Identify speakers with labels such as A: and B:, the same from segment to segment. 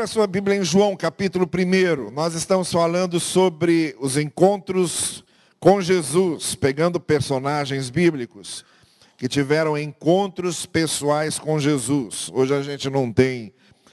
A: Abra sua Bíblia em João, capítulo 1. Nós estamos falando sobre os encontros com Jesus, pegando personagens bíblicos que tiveram encontros pessoais com Jesus. Hoje a gente não tem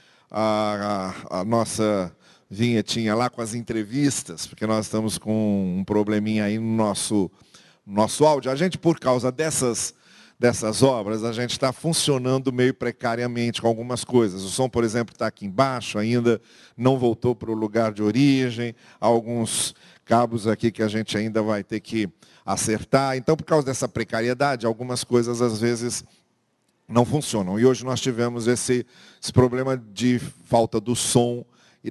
A: a nossa vinhetinha lá com as entrevistas, porque nós estamos com um probleminha aí no nosso áudio. A gente, por causa dessas obras, a gente está funcionando meio precariamente com algumas coisas. O som, por exemplo, está aqui embaixo, ainda não voltou para o lugar de origem. Há alguns cabos aqui que a gente ainda vai ter que acertar. Então, por causa dessa precariedade, algumas coisas às vezes não funcionam. E hoje nós tivemos esse problema de falta do som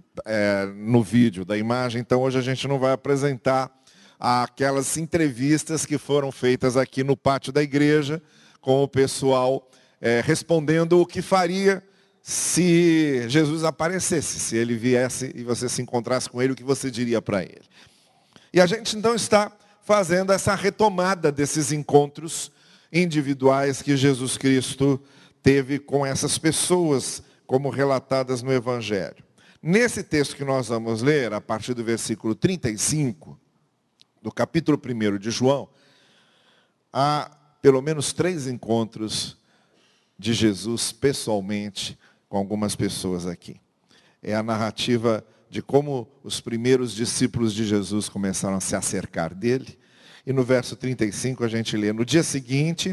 A: no vídeo, da imagem. Então, hoje a gente não vai apresentar aquelas entrevistas que foram feitas aqui no pátio da igreja, com o pessoal respondendo o que faria se Jesus aparecesse, se ele viesse e você se encontrasse com ele, o que você diria para ele. E a gente então está fazendo essa retomada desses encontros individuais que Jesus Cristo teve com essas pessoas, como relatadas no Evangelho. Nesse texto que nós vamos ler, a partir do versículo 35, do capítulo 1 de João, há pelo menos 3 encontros de Jesus pessoalmente com algumas pessoas aqui. É a narrativa de como os primeiros discípulos de Jesus começaram a se acercar dele. E no verso 35 a gente lê: no dia seguinte,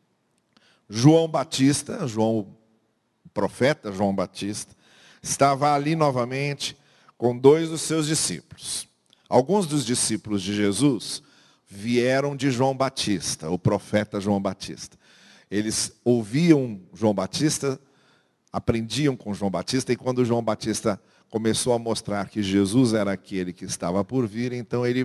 A: João Batista, o profeta João Batista, estava ali novamente com 2 dos seus discípulos. Alguns dos discípulos de Jesus vieram de João Batista, o profeta João Batista. Eles ouviam João Batista, aprendiam com João Batista, e quando João Batista começou a mostrar que Jesus era aquele que estava por vir, então ele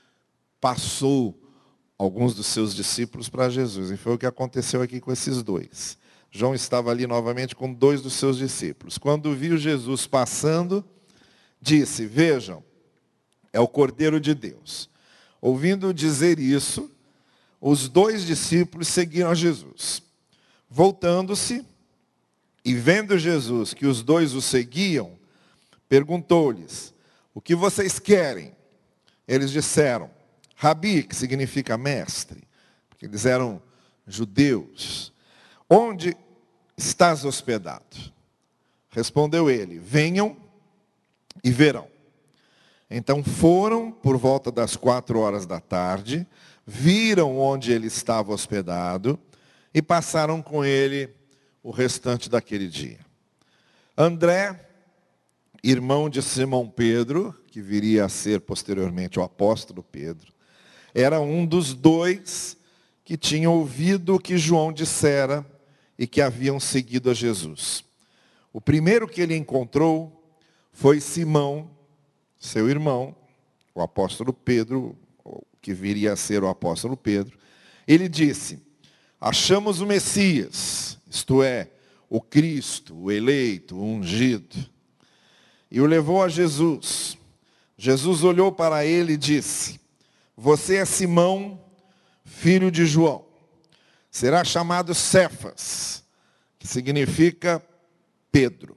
A: passou alguns dos seus discípulos para Jesus. E foi o que aconteceu aqui com esses 2. João estava ali novamente com 2 dos seus discípulos. Quando viu Jesus passando, disse: vejam, é o Cordeiro de Deus. Ouvindo dizer isso, os 2 discípulos seguiram a Jesus. Voltando-se e vendo Jesus que os 2 o seguiam, perguntou-lhes: o que vocês querem? Eles disseram: Rabi, que significa mestre, porque eles eram judeus. Onde estás hospedado? Respondeu ele: venham e verão. Então foram por volta das 4 horas da tarde, viram onde ele estava hospedado e passaram com ele o restante daquele dia. André, irmão de Simão Pedro, que viria a ser posteriormente o apóstolo Pedro, era um dos 2 que tinham ouvido o que João dissera e que haviam seguido a Jesus. O primeiro que ele encontrou foi Simão, seu irmão, o apóstolo Pedro, que viria a ser o apóstolo Pedro. Ele disse: achamos o Messias, isto é, o Cristo, o eleito, o ungido. E o levou a Jesus. Jesus olhou para ele e disse: você é Simão, filho de João. Será chamado Cefas, que significa Pedro.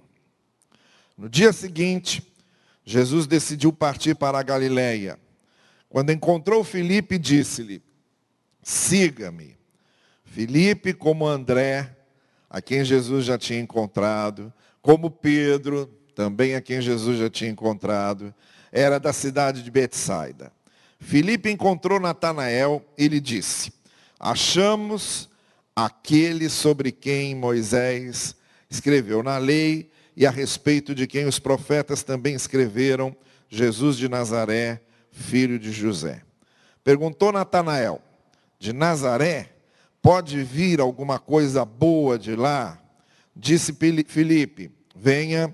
A: No dia seguinte, Jesus decidiu partir para a Galileia. Quando encontrou Filipe, disse-lhe: siga-me. Filipe, como André, a quem Jesus já tinha encontrado, como Pedro, também a quem Jesus já tinha encontrado, era da cidade de Betsaida. Filipe encontrou Natanael e lhe disse: achamos aquele sobre quem Moisés escreveu na lei e a respeito de quem os profetas também escreveram, Jesus de Nazaré, filho de José. Perguntou Natanael: de Nazaré pode vir alguma coisa boa de lá? Disse Filipe: venha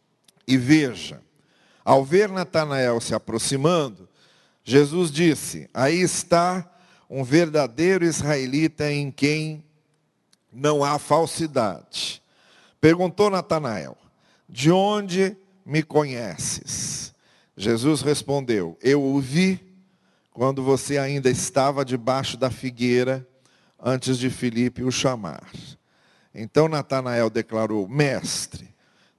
A: e veja. Ao ver Natanael se aproximando, Jesus disse: aí está um verdadeiro israelita em quem não há falsidade. Perguntou Natanael: de onde me conheces? Jesus respondeu: eu o vi quando você ainda estava debaixo da figueira, antes de Filipe o chamar. Então Natanael declarou: mestre,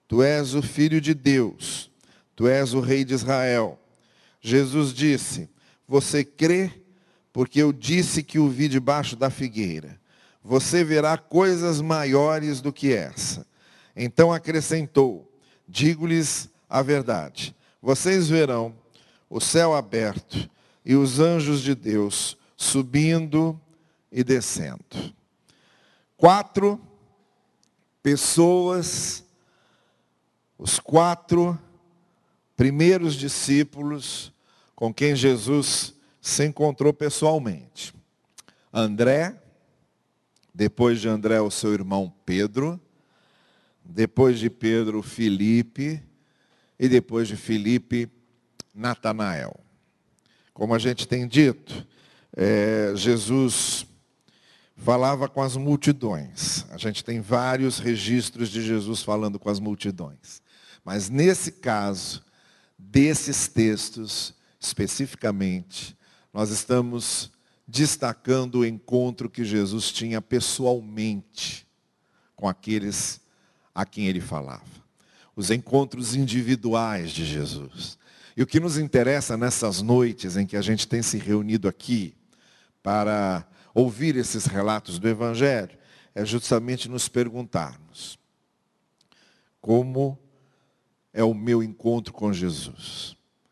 A: tu és o Filho de Deus, tu és o Rei de Israel. Jesus disse, você crê porque eu disse que o vi debaixo da figueira. Você verá coisas maiores do que essa. Então acrescentou, digo-lhes a verdade. Vocês verão o céu aberto e os anjos de Deus subindo e descendo. 4 pessoas, os 4 primeiros discípulos com quem Jesus se encontrou pessoalmente. André, depois de André o seu irmão Pedro, depois de Pedro Filipe e depois de Filipe Natanael. Como a gente tem dito, Jesus falava com as multidões. A gente tem vários registros de Jesus falando com as multidões. Mas nesse caso, desses textos, especificamente, nós estamos destacando o encontro que Jesus tinha pessoalmente com aqueles a quem ele falava. Os encontros individuais de Jesus. E o que nos interessa nessas noites em que a gente tem se reunido aqui para ouvir esses relatos do Evangelho, é justamente nos perguntarmos, como é o meu encontro com Jesus?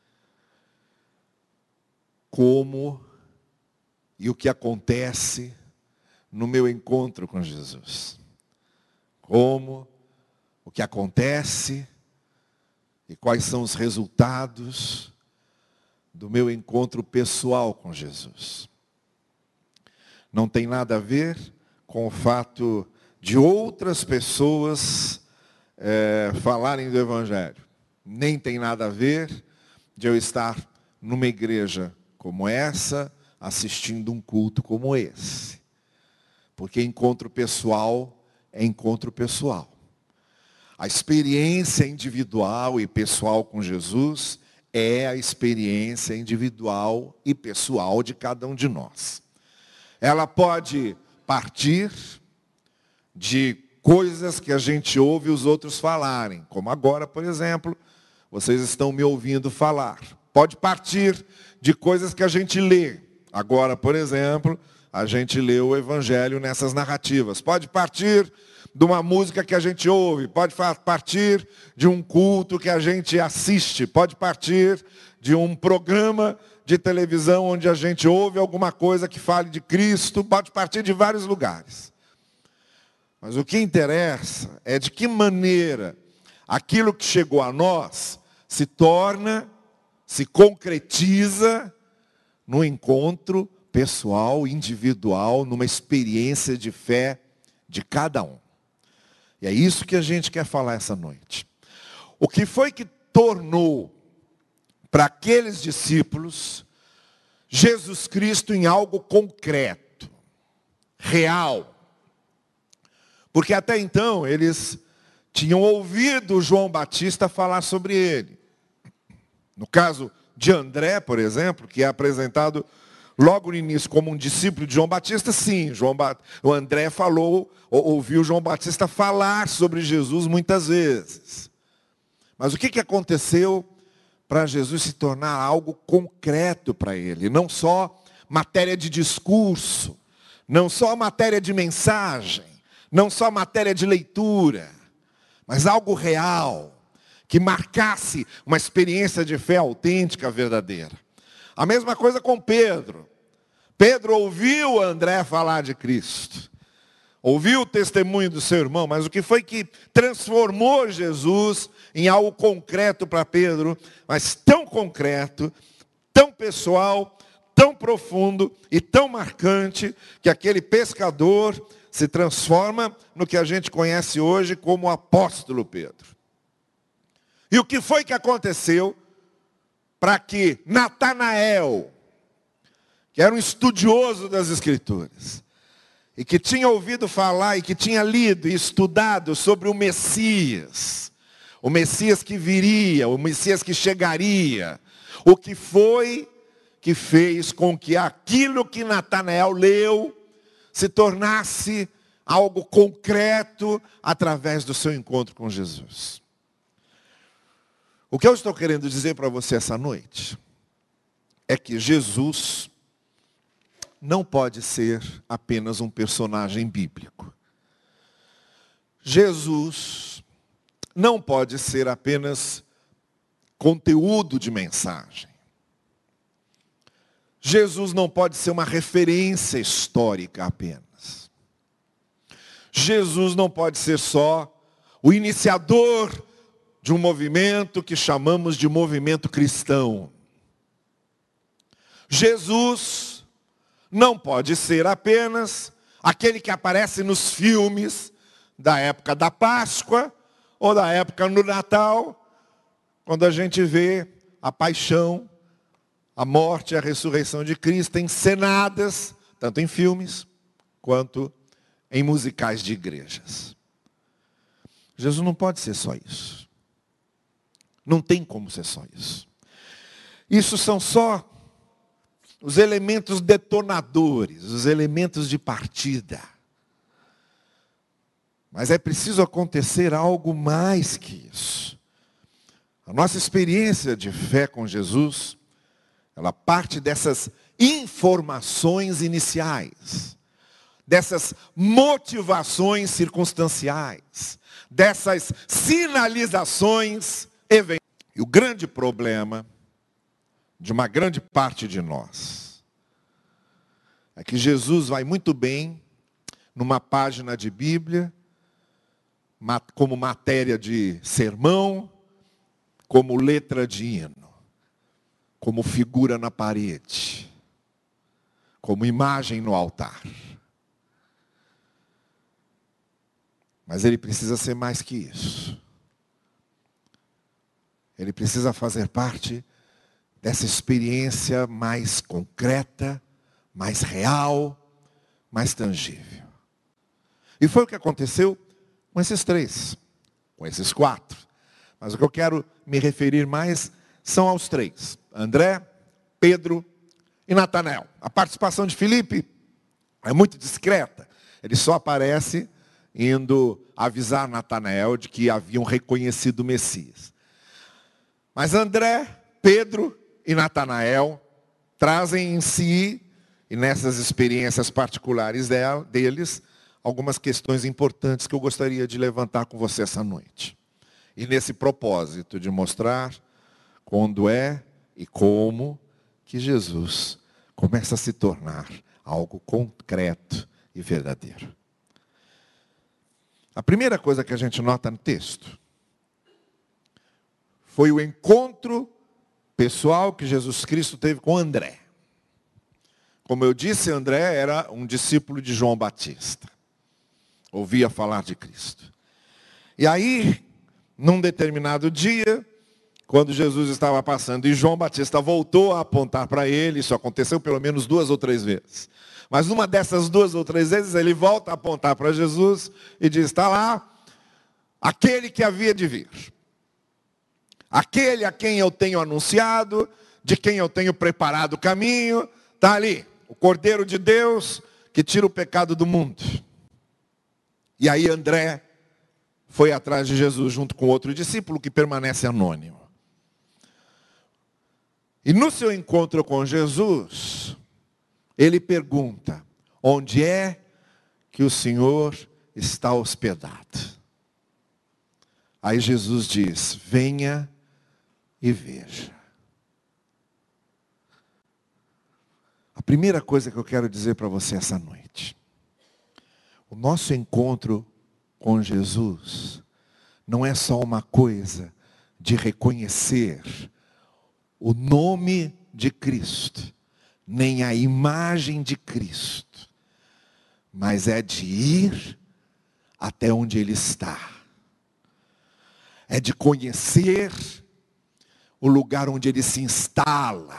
A: Como e o que acontece no meu encontro com Jesus? Como, o que acontece e quais são os resultados do meu encontro pessoal com Jesus? Não tem nada a ver com o fato de outras pessoas falarem do Evangelho. Nem tem nada a ver de eu estar numa igreja como essa, assistindo um culto como esse. Porque encontro pessoal é encontro pessoal. A experiência individual e pessoal com Jesus é a experiência individual e pessoal de cada um de nós. Ela pode partir de coisas que a gente ouve os outros falarem, como agora, por exemplo, vocês estão me ouvindo falar. Pode partir de coisas que a gente lê. Agora, por exemplo, a gente lê o Evangelho nessas narrativas. Pode partir de uma música que a gente ouve, pode partir de um culto que a gente assiste, pode partir de um programa de televisão onde a gente ouve alguma coisa que fale de Cristo, pode partir de vários lugares. Mas o que interessa é de que maneira aquilo que chegou a nós se torna, se concretiza no encontro pessoal, individual, numa experiência de fé de cada um. E é isso que a gente quer falar essa noite. O que foi que tornou para aqueles discípulos Jesus Cristo em algo concreto, real? Porque até então eles tinham ouvido João Batista falar sobre ele. No caso de André, por exemplo, que é apresentado logo no início como um discípulo de João Batista, sim, o André ouviu João Batista falar sobre Jesus muitas vezes. Mas o que aconteceu para Jesus se tornar algo concreto para ele? Não só matéria de discurso, não só matéria de mensagem, não só matéria de leitura, mas algo real, que marcasse uma experiência de fé autêntica, verdadeira. A mesma coisa com Pedro. Pedro ouviu André falar de Cristo, ouviu o testemunho do seu irmão, mas o que foi que transformou Jesus em algo concreto para Pedro, mas tão concreto, tão pessoal, tão profundo e tão marcante, que aquele pescador se transforma no que a gente conhece hoje como o apóstolo Pedro. E o que foi que aconteceu para que Natanael, que era um estudioso das Escrituras, e que tinha ouvido falar e que tinha lido e estudado sobre o Messias que viria, o Messias que chegaria, o que foi que fez com que aquilo que Natanael leu se tornasse algo concreto através do seu encontro com Jesus? O que eu estou querendo dizer para você essa noite é que Jesus não pode ser apenas um personagem bíblico. Jesus não pode ser apenas conteúdo de mensagem. Jesus não pode ser uma referência histórica apenas. Jesus não pode ser só o iniciador de um movimento que chamamos de movimento cristão. Jesus não pode ser apenas aquele que aparece nos filmes da época da Páscoa ou da época do Natal, quando a gente vê a paixão, a morte e a ressurreição de Cristo encenadas, tanto em filmes quanto em musicais de igrejas. Jesus não pode ser só isso. Não tem como ser só isso. Isso são só os elementos detonadores, os elementos de partida. Mas é preciso acontecer algo mais que isso. A nossa experiência de fé com Jesus, ela parte dessas informações iniciais, dessas motivações circunstanciais, dessas sinalizações eventuais. E o grande problema de uma grande parte de nós é que Jesus vai muito bem numa página de Bíblia, como matéria de sermão, como letra de hino, como figura na parede, como imagem no altar. Mas ele precisa ser mais que isso. Ele precisa fazer parte dessa experiência mais concreta, mais real, mais tangível. E foi o que aconteceu com esses três, com esses quatro. Mas o que eu quero me referir mais são aos três: André, Pedro e Natanael. A participação de Filipe é muito discreta. Ele só aparece indo avisar Natanael de que haviam reconhecido o Messias. Mas André, Pedro e Natanael trazem em si, e nessas experiências particulares deles, algumas questões importantes que eu gostaria de levantar com você essa noite. E nesse propósito de mostrar quando é e como que Jesus começa a se tornar algo concreto e verdadeiro. A primeira coisa que a gente nota no texto foi o encontro pessoal que Jesus Cristo teve com André. Como eu disse, André era um discípulo de João Batista. Ouvia falar de Cristo. E aí, num determinado dia, quando Jesus estava passando e João Batista voltou a apontar para ele, isso aconteceu pelo menos 2 ou 3 vezes. Mas numa dessas 2 ou 3 vezes, ele volta a apontar para Jesus e diz: está lá aquele que havia de vir. Aquele a quem eu tenho anunciado, de quem eu tenho preparado o caminho, está ali, o Cordeiro de Deus que tira o pecado do mundo. E aí André foi atrás de Jesus junto com outro discípulo que permanece anônimo. E no seu encontro com Jesus, ele pergunta: onde é que o Senhor está hospedado? Aí Jesus diz: venha e veja. A primeira coisa que eu quero dizer para você essa noite: o nosso encontro com Jesus não é só uma coisa de reconhecer o nome de Cristo, nem a imagem de Cristo, mas é de ir até onde Ele está. É de conhecer o lugar onde Ele se instala.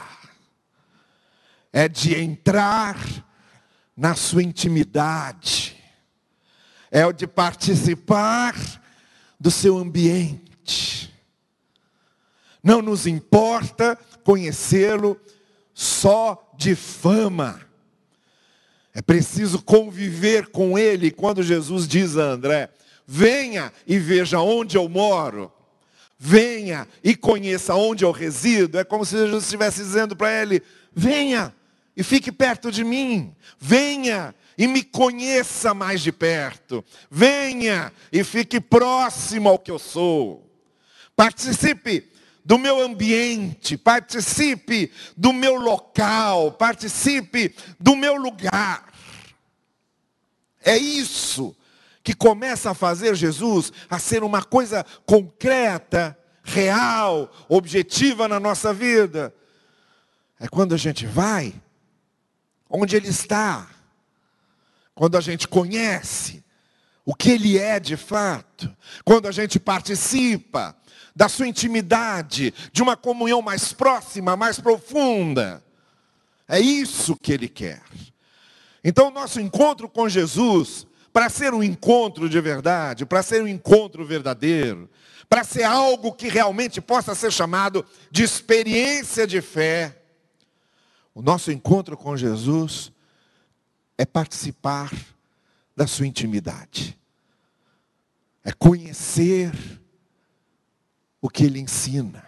A: É de entrar na sua intimidade. É de participar do seu ambiente. Não nos importa conhecê-lo só de fama. É preciso conviver com Ele. Quando Jesus diz a André: venha e veja onde eu moro, venha e conheça onde eu resido. É como se Jesus estivesse dizendo para ele, venha e fique perto de mim. Venha e me conheça mais de perto. Venha e fique próximo ao que eu sou. Participe do meu ambiente, participe do meu local, participe do meu lugar. É isso que começa a fazer Jesus a ser uma coisa concreta, real, objetiva na nossa vida. É quando a gente vai onde Ele está, quando a gente conhece o que Ele é de fato, quando a gente participa da sua intimidade, de uma comunhão mais próxima, mais profunda. É isso que Ele quer. Então o nosso encontro com Jesus, para ser um encontro de verdade, para ser um encontro verdadeiro, para ser algo que realmente possa ser chamado de experiência de fé, o nosso encontro com Jesus é participar da sua intimidade. É conhecer o que Ele ensina.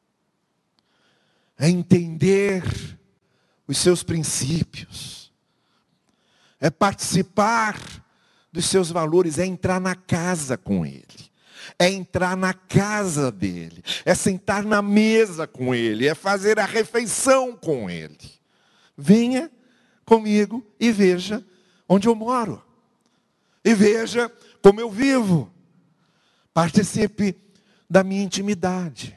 A: É entender os seus princípios. É participar dos seus valores, é entrar na casa com Ele. É entrar na casa dEle. É sentar na mesa com Ele. É fazer a refeição com Ele. Venha comigo e veja onde eu moro. E veja como eu vivo. Participe da minha intimidade.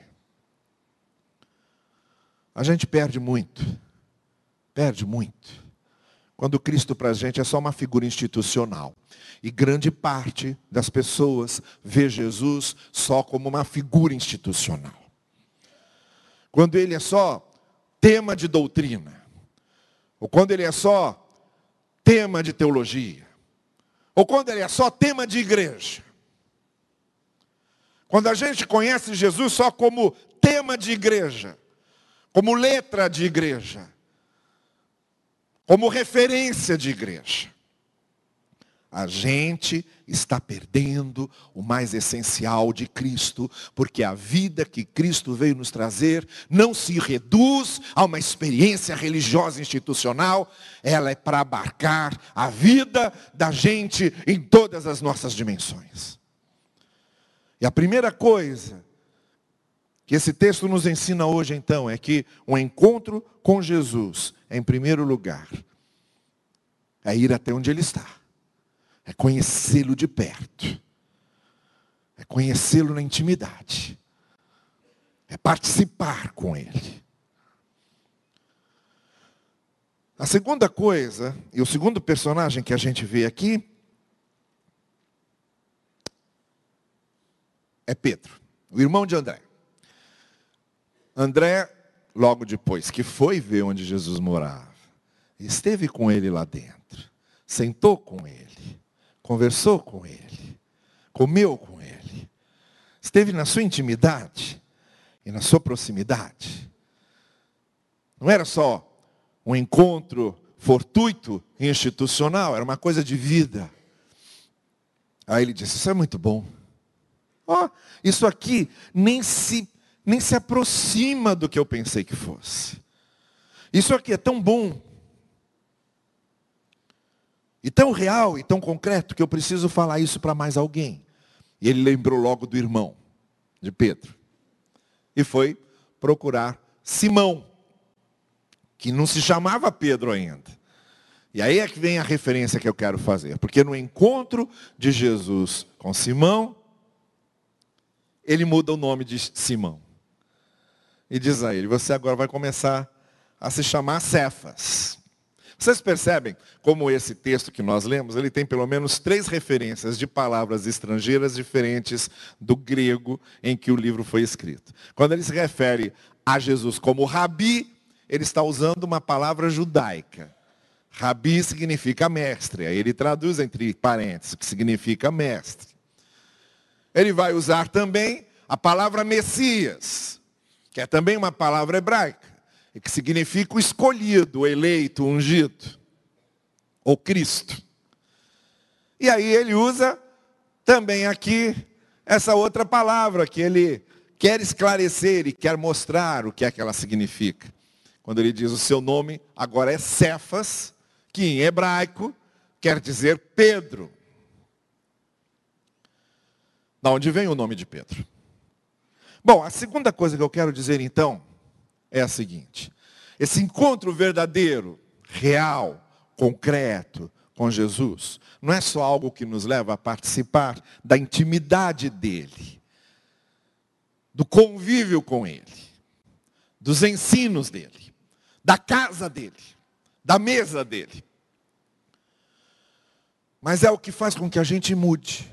A: A gente perde muito. Perde muito. Quando Cristo para a gente é só uma figura institucional. E grande parte das pessoas vê Jesus só como uma figura institucional. Quando Ele é só tema de doutrina. Ou quando Ele é só tema de teologia. Ou quando Ele é só tema de igreja. Quando a gente conhece Jesus só como tema de igreja. Como letra de igreja. Como referência de igreja. A gente está perdendo o mais essencial de Cristo, porque a vida que Cristo veio nos trazer não se reduz a uma experiência religiosa institucional, ela é para abarcar a vida da gente em todas as nossas dimensões. E a primeira coisa que esse texto nos ensina hoje, então, é que um encontro com Jesus, em primeiro lugar, é ir até onde Ele está. É conhecê-lo de perto. É conhecê-lo na intimidade. É participar com Ele. A segunda coisa, e o segundo personagem que a gente vê aqui, é Pedro, o irmão de André. André, logo depois que foi ver onde Jesus morava, esteve com ele lá dentro, sentou com ele, conversou com ele, comeu com ele, esteve na sua intimidade e na sua proximidade. Não era só um encontro fortuito e institucional, era uma coisa de vida. Aí ele disse, isso é muito bom. Isso aqui nem se aproxima do que eu pensei que fosse. Isso aqui é tão bom. E tão real e tão concreto que eu preciso falar isso para mais alguém. E ele lembrou logo do irmão de Pedro. E foi procurar Simão, que não se chamava Pedro ainda. E aí é que vem a referência que eu quero fazer. Porque no encontro de Jesus com Simão, ele muda o nome de Simão. E diz a ele, você agora vai começar a se chamar Cefas. Vocês percebem como esse texto que nós lemos, ele tem pelo menos 3 referências de palavras estrangeiras diferentes do grego em que o livro foi escrito. Quando ele se refere a Jesus como Rabi, ele está usando uma palavra judaica. Rabi significa mestre, aí ele traduz entre parênteses, que significa mestre. Ele vai usar também a palavra Messias, que é também uma palavra hebraica, e que significa o escolhido, o eleito, o ungido, ou Cristo. E aí ele usa também aqui essa outra palavra que ele quer esclarecer e quer mostrar o que é que ela significa. Quando ele diz o seu nome agora é Cefas, que em hebraico quer dizer Pedro. Da onde vem o nome de Pedro? Bom, a segunda coisa que eu quero dizer então é a seguinte. Esse encontro verdadeiro, real, concreto com Jesus, não é só algo que nos leva a participar da intimidade dele, do convívio com ele, dos ensinos dele, da casa dele, da mesa dele. Mas é o que faz com que a gente mude.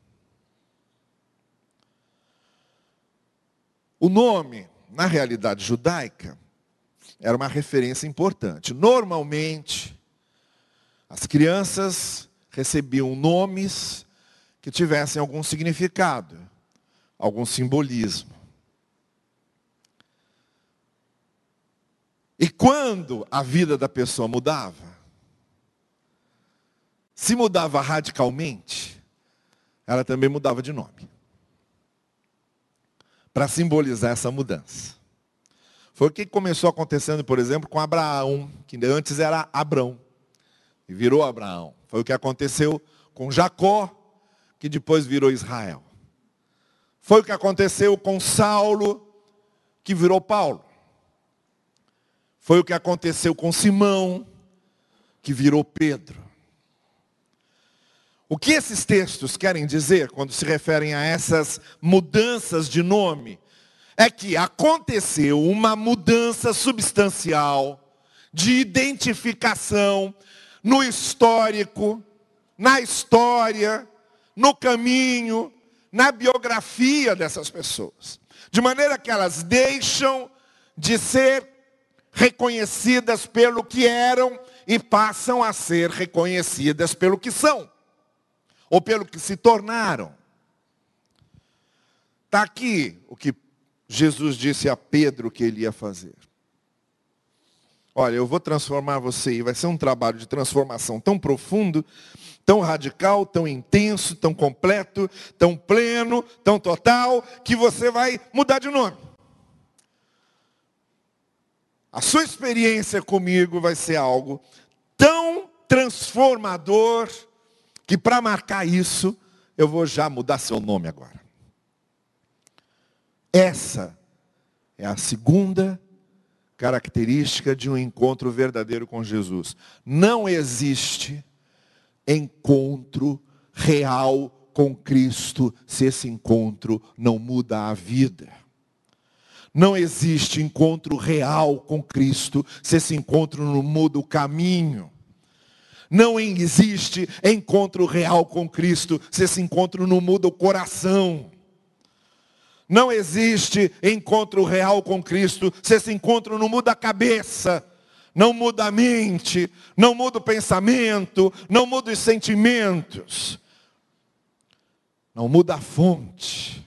A: O nome, na realidade judaica, era uma referência importante. Normalmente, as crianças recebiam nomes que tivessem algum significado, algum simbolismo. E quando a vida da pessoa mudava, se mudava radicalmente, ela também mudava de nome. Para simbolizar essa mudança. Foi o que começou acontecendo, por exemplo, com Abraão, que antes era Abrão, e virou Abraão. Foi o que aconteceu com Jacó, que depois virou Israel. Foi o que aconteceu com Saulo, que virou Paulo. Foi o que aconteceu com Simão, que virou Pedro. O que esses textos querem dizer, quando se referem a essas mudanças de nome, é que aconteceu uma mudança substancial de identificação no histórico, na história, no caminho, na biografia dessas pessoas. De maneira que elas deixam de ser reconhecidas pelo que eram e passam a ser reconhecidas pelo que são. Ou pelo que se tornaram. Está aqui o que Jesus disse a Pedro que ele ia fazer. Olha, eu vou transformar você, e vai ser um trabalho de transformação tão profundo, tão radical, tão intenso, tão completo, tão pleno, tão total, que você vai mudar de nome. A sua experiência comigo vai ser algo tão transformador, que para marcar isso, eu vou já mudar seu nome agora. Essa é a segunda característica de um encontro verdadeiro com Jesus. Não existe encontro real com Cristo se esse encontro não muda a vida. Não existe encontro real com Cristo se esse encontro não muda o caminho. Não existe encontro real com Cristo se esse encontro não muda o coração. Não existe encontro real com Cristo se esse encontro não muda a cabeça, não muda a mente, não muda o pensamento, não muda os sentimentos, não muda a fonte.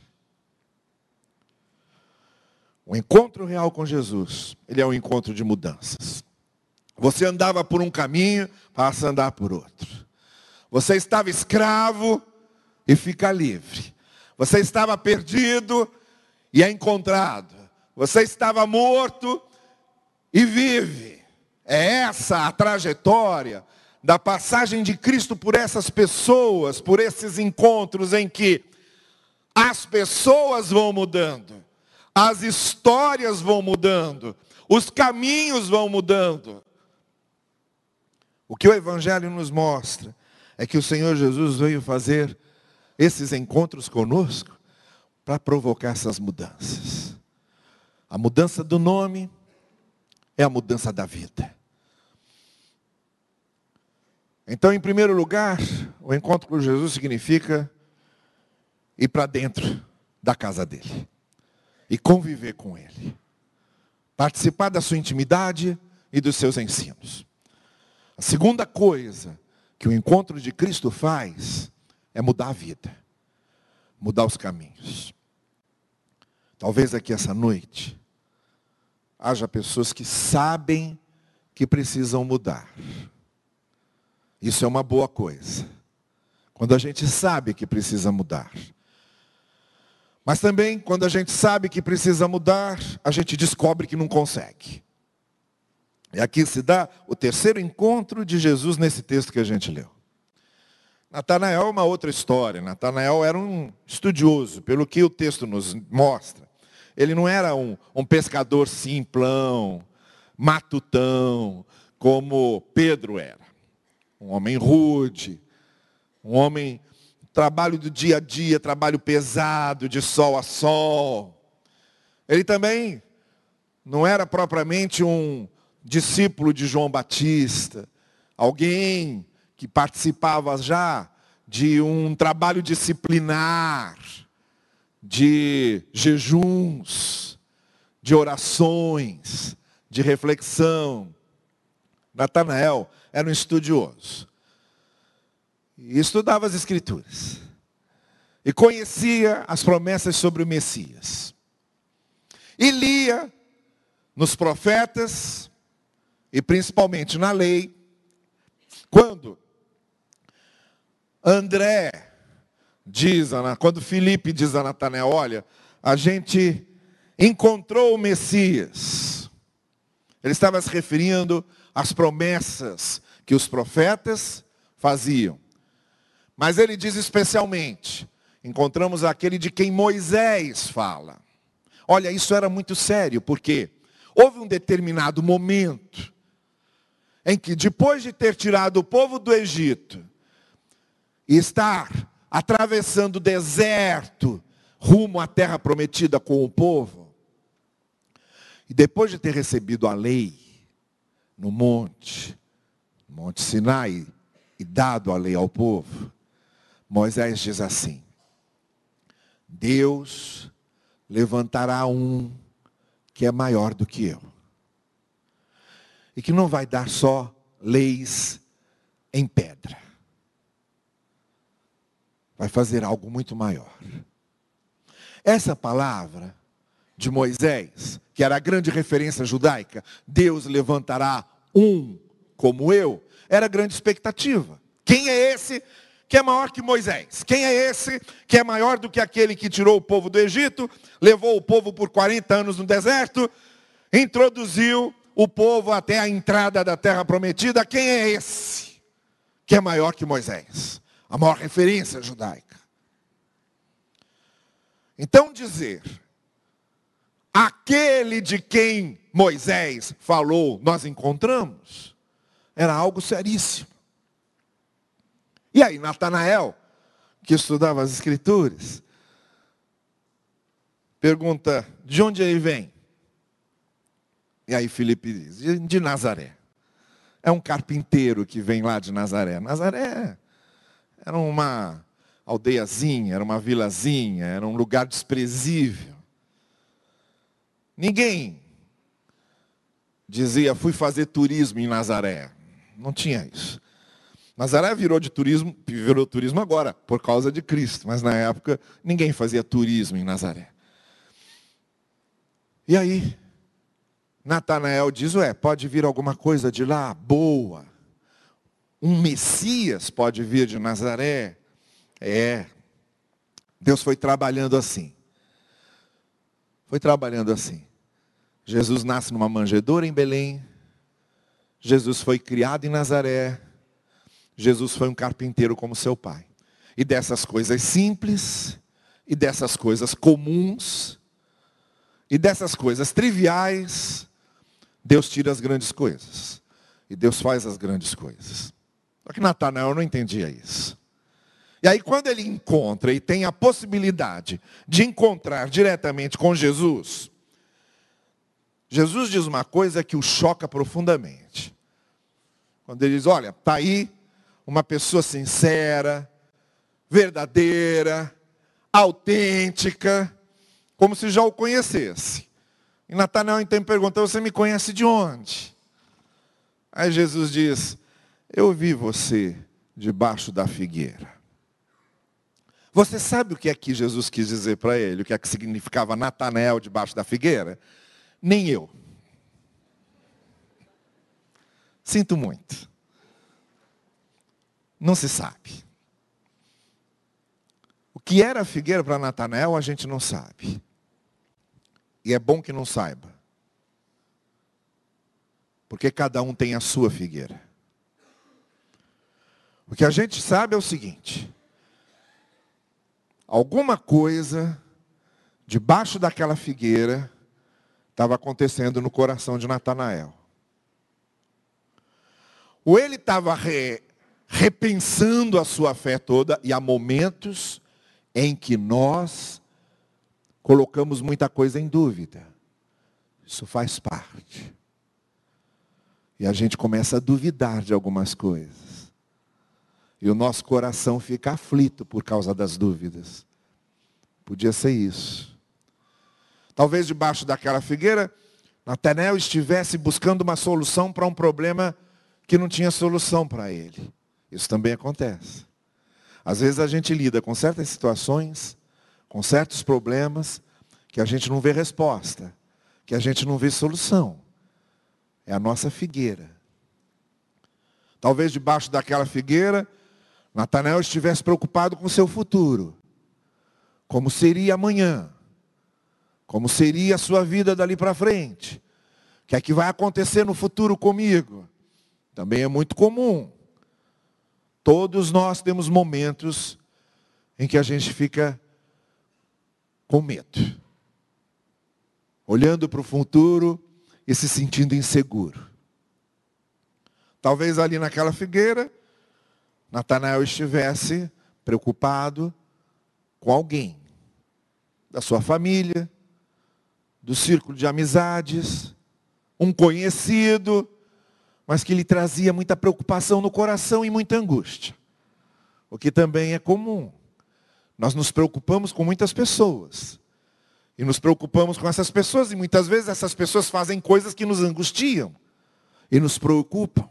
A: O encontro real com Jesus, ele é um encontro de mudanças. Você andava por um caminho, passa a andar por outro. Você estava escravo e fica livre. Você estava perdido e é encontrado. Você estava morto e vive. É essa a trajetória da passagem de Cristo por essas pessoas, por esses encontros em que as pessoas vão mudando, as histórias vão mudando, os caminhos vão mudando. O que o Evangelho nos mostra é que o Senhor Jesus veio fazer esses encontros conosco para provocar essas mudanças. A mudança do nome é a mudança da vida. Então, em primeiro lugar, o encontro com Jesus significa ir para dentro da casa dele e conviver com ele. Participar da sua intimidade e dos seus ensinos. A segunda coisa que o encontro de Cristo faz é mudar a vida, mudar os caminhos. Talvez aqui essa noite haja pessoas que sabem que precisam mudar. Isso é uma boa coisa, quando a gente sabe que precisa mudar. Mas também, quando a gente sabe que precisa mudar, a gente descobre que não consegue. E aqui se dá o terceiro encontro de Jesus nesse texto que a gente leu. Natanael é uma outra história. Natanael era um estudioso, pelo que o texto nos mostra. Ele não era um pescador simplão, matutão, como Pedro era. Um homem rude, um homem, trabalho do dia a dia, trabalho pesado, de sol a sol. Ele também não era propriamente um discípulo de João Batista, alguém que participava já de um trabalho disciplinar, de jejuns, de orações, de reflexão. Natanael era um estudioso. E estudava as Escrituras. E conhecia as promessas sobre o Messias. E lia nos profetas, e principalmente na lei, quando quando Filipe diz a Natanael, olha, a gente encontrou o Messias. Ele estava se referindo às promessas que os profetas faziam. Mas ele diz especialmente, encontramos aquele de quem Moisés fala. Olha, isso era muito sério, porque houve um determinado momento em que, depois de ter tirado o povo do Egito e estar atravessando o deserto rumo à terra prometida com o povo, e depois de ter recebido a lei no Monte Sinai, e dado a lei ao povo, Moisés diz assim: Deus levantará um que é maior do que eu. E que não vai dar só leis em pedra. Vai fazer algo muito maior. Essa palavra de Moisés, que era a grande referência judaica, Deus levantará um como eu, era a grande expectativa. Quem é esse que é maior que Moisés? Quem é esse que é maior do que aquele que tirou o povo do Egito, levou o povo por 40 anos no deserto, introduziu o povo até a entrada da terra prometida? Quem é esse que é maior que Moisés? A maior referência judaica. Então dizer, aquele de quem Moisés falou, nós encontramos, era algo seríssimo. E aí Natanael, que estudava as Escrituras, pergunta, de onde ele vem? E aí Filipe diz, de Nazaré. É um carpinteiro que vem lá de Nazaré. Nazaré era uma aldeiazinha, era uma vilazinha, era um lugar desprezível. Ninguém dizia, fui fazer turismo em Nazaré. Não tinha isso. Nazaré virou turismo agora, por causa de Cristo. Mas na época, ninguém fazia turismo em Nazaré. E aí, Natanael diz, pode vir alguma coisa de lá, boa. Um Messias pode vir de Nazaré. Deus foi trabalhando assim. Foi trabalhando assim. Jesus nasce numa manjedoura em Belém. Jesus foi criado em Nazaré. Jesus foi um carpinteiro como seu pai. E dessas coisas simples, e dessas coisas comuns, e dessas coisas triviais, Deus tira as grandes coisas. E Deus faz as grandes coisas. Só que Natanael não entendia isso. E aí quando ele encontra e tem a possibilidade de encontrar diretamente com Jesus, Jesus diz uma coisa que o choca profundamente. Quando ele diz, olha, está aí uma pessoa sincera, verdadeira, autêntica, como se já o conhecesse. E Natanael então pergunta, você me conhece de onde? Aí Jesus diz, eu vi você debaixo da figueira. Você sabe o que é que Jesus quis dizer para ele? O que é que significava Natanael debaixo da figueira? Nem eu. Sinto muito. Não se sabe. que era a figueira para Natanael, a gente não sabe. E é bom que não saiba. Porque cada um tem a sua figueira. O que a gente sabe é o seguinte: alguma coisa debaixo daquela figueira estava acontecendo no coração de Natanael. Ou ele estava repensando a sua fé toda, e há momentos em que nós colocamos muita coisa em dúvida. Isso faz parte. E a gente começa a duvidar de algumas coisas. E o nosso coração fica aflito por causa das dúvidas. Podia ser isso. Talvez debaixo daquela figueira, Natanael estivesse buscando uma solução para um problema que não tinha solução para ele. Isso também acontece. Às vezes a gente lida com certas situações, com certos problemas, que a gente não vê resposta, que a gente não vê solução. É a nossa figueira. Talvez debaixo daquela figueira, Natanael estivesse preocupado com o seu futuro. Como seria amanhã? Como seria a sua vida dali para frente? O que é que vai acontecer no futuro comigo? Também é muito comum. Todos nós temos momentos em que a gente fica com medo. Olhando para o futuro e se sentindo inseguro. Talvez ali naquela figueira, Natanael estivesse preocupado com alguém. Da sua família, do círculo de amizades, um conhecido, mas que lhe trazia muita preocupação no coração e muita angústia. O que também é comum. Nós nos preocupamos com muitas pessoas. E nos preocupamos com essas pessoas, e muitas vezes essas pessoas fazem coisas que nos angustiam e nos preocupam.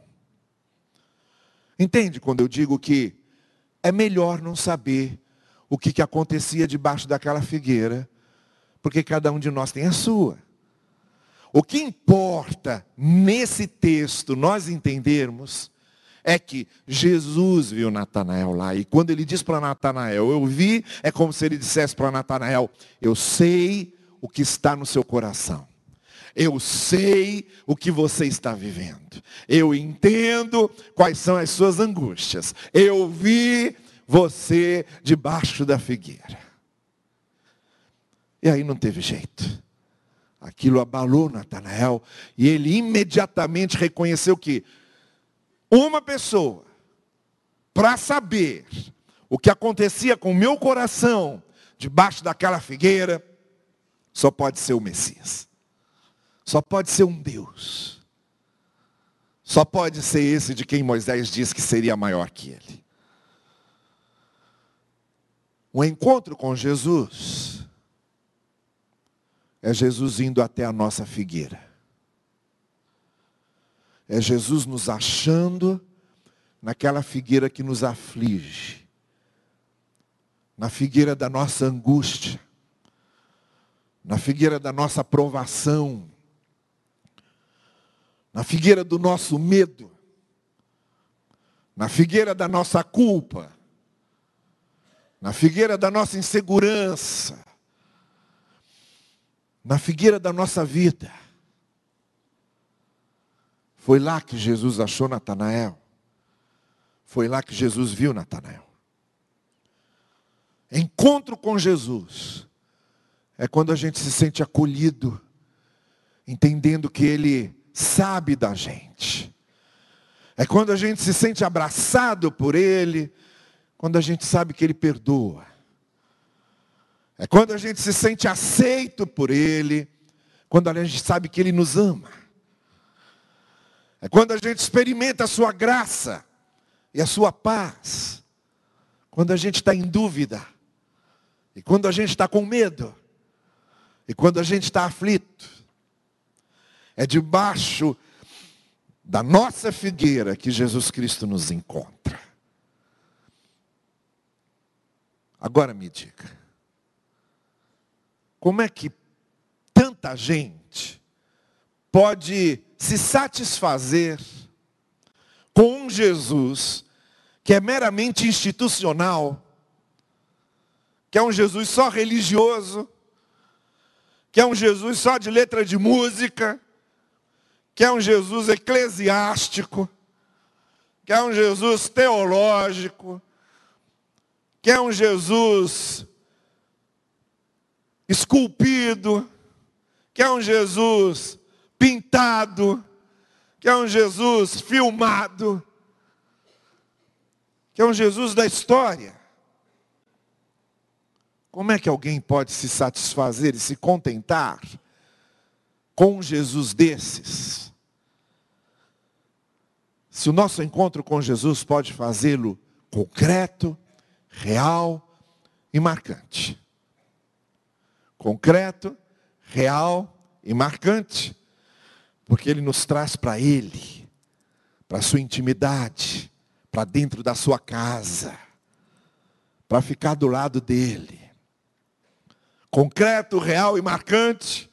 A: Entende quando eu digo que é melhor não saber o que acontecia debaixo daquela figueira, porque cada um de nós tem a sua. O que importa nesse texto nós entendermos é que Jesus viu Natanael lá. E quando ele diz para Natanael, eu vi, é como se ele dissesse para Natanael, eu sei o que está no seu coração. Eu sei o que você está vivendo. Eu entendo quais são as suas angústias. Eu vi você debaixo da figueira. E aí não teve jeito. Aquilo abalou Natanael e ele imediatamente reconheceu que uma pessoa, para saber o que acontecia com o meu coração debaixo daquela figueira, só pode ser o Messias. Só pode ser um Deus. Só pode ser esse de quem Moisés diz que seria maior que ele. O encontro com Jesus é Jesus indo até a nossa figueira. É Jesus nos achando naquela figueira que nos aflige. Na figueira da nossa angústia. Na figueira da nossa provação. Na figueira do nosso medo. Na figueira da nossa culpa. Na figueira da nossa insegurança. Na figueira da nossa vida. Foi lá que Jesus achou Natanael. Foi lá que Jesus viu Natanael. Encontro com Jesus é quando a gente se sente acolhido, entendendo que Ele sabe da gente. É quando a gente se sente abraçado por Ele, quando a gente sabe que Ele perdoa. É quando a gente se sente aceito por Ele, quando a gente sabe que Ele nos ama. É quando a gente experimenta a sua graça e a sua paz. Quando a gente está em dúvida. E quando a gente está com medo. E quando a gente está aflito. É debaixo da nossa figueira que Jesus Cristo nos encontra. Agora me diga. Como é que tanta gente pode se satisfazer com um Jesus que é meramente institucional, que é um Jesus só religioso, que é um Jesus só de letra de música, que é um Jesus eclesiástico, que é um Jesus teológico, que é um Jesus esculpido, que é um Jesus pintado, que é um Jesus filmado, que é um Jesus da história. Como é que alguém pode se satisfazer e se contentar com um Jesus desses? Se o nosso encontro com Jesus pode fazê-lo concreto, real e marcante. Concreto, real e marcante, porque Ele nos traz para Ele, para a sua intimidade, para dentro da sua casa, para ficar do lado dEle. Concreto, real e marcante,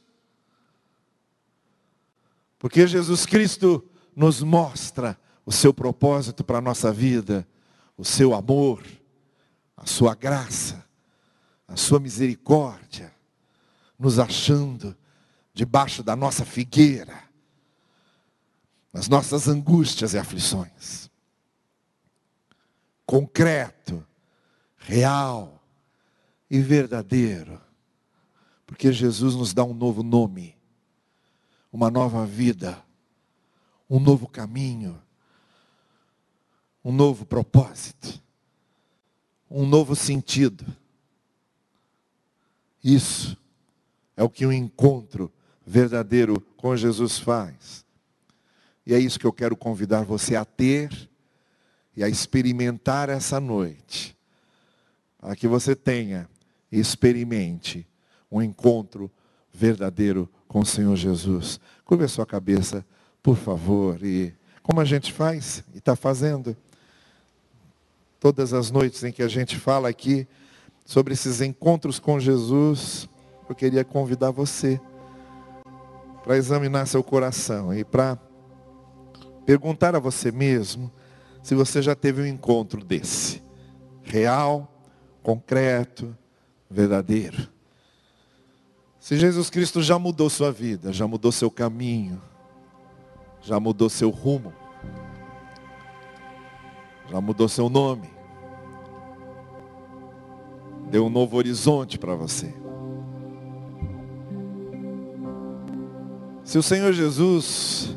A: porque Jesus Cristo nos mostra o seu propósito para a nossa vida, o seu amor, a sua graça, a sua misericórdia, nos achando debaixo da nossa figueira, nas nossas angústias e aflições. Concreto, real e verdadeiro, porque Jesus nos dá um novo nome, uma nova vida, um novo caminho, um novo propósito, um novo sentido. Isso é o que um encontro verdadeiro com Jesus faz. E é isso que eu quero convidar você a ter e a experimentar essa noite, para que você tenha e experimente um encontro verdadeiro com o Senhor Jesus. Curva a sua cabeça, por favor, e como a gente faz e está fazendo todas as noites em que a gente fala aqui sobre esses encontros com Jesus, eu queria convidar você para examinar seu coração e para perguntar a você mesmo se você já teve um encontro desse, real, concreto, verdadeiro. Se Jesus Cristo já mudou sua vida, já mudou seu caminho, já mudou seu rumo, já mudou seu nome, deu um novo horizonte para você. Se o Senhor Jesus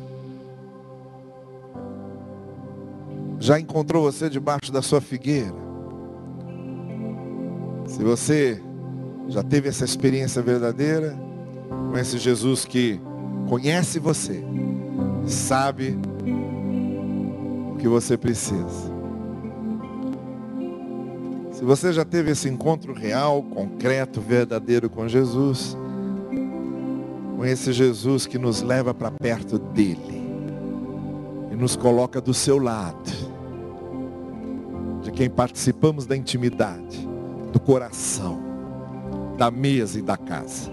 A: já encontrou você debaixo da sua figueira, se você já teve essa experiência verdadeira com esse Jesus que conhece você, sabe o que você precisa. Se você já teve esse encontro real, concreto, verdadeiro com Jesus, com esse Jesus que nos leva para perto dele e nos coloca do seu lado, de quem participamos da intimidade, do coração, da mesa e da casa.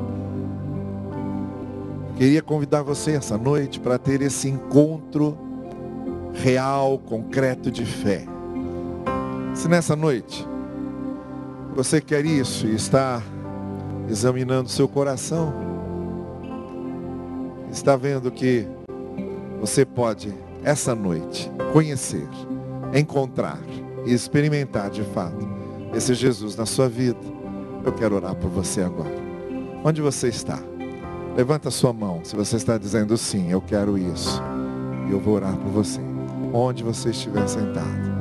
A: Queria convidar você essa noite para ter esse encontro real, concreto de fé. Se nessa noite você quer isso e está examinando seu coração, está vendo que você pode, essa noite, conhecer, encontrar e experimentar de fato esse Jesus na sua vida, eu quero orar por você agora. Onde você está? Levanta a sua mão se você está dizendo sim, eu quero isso. E eu vou orar por você. Onde você estiver sentado.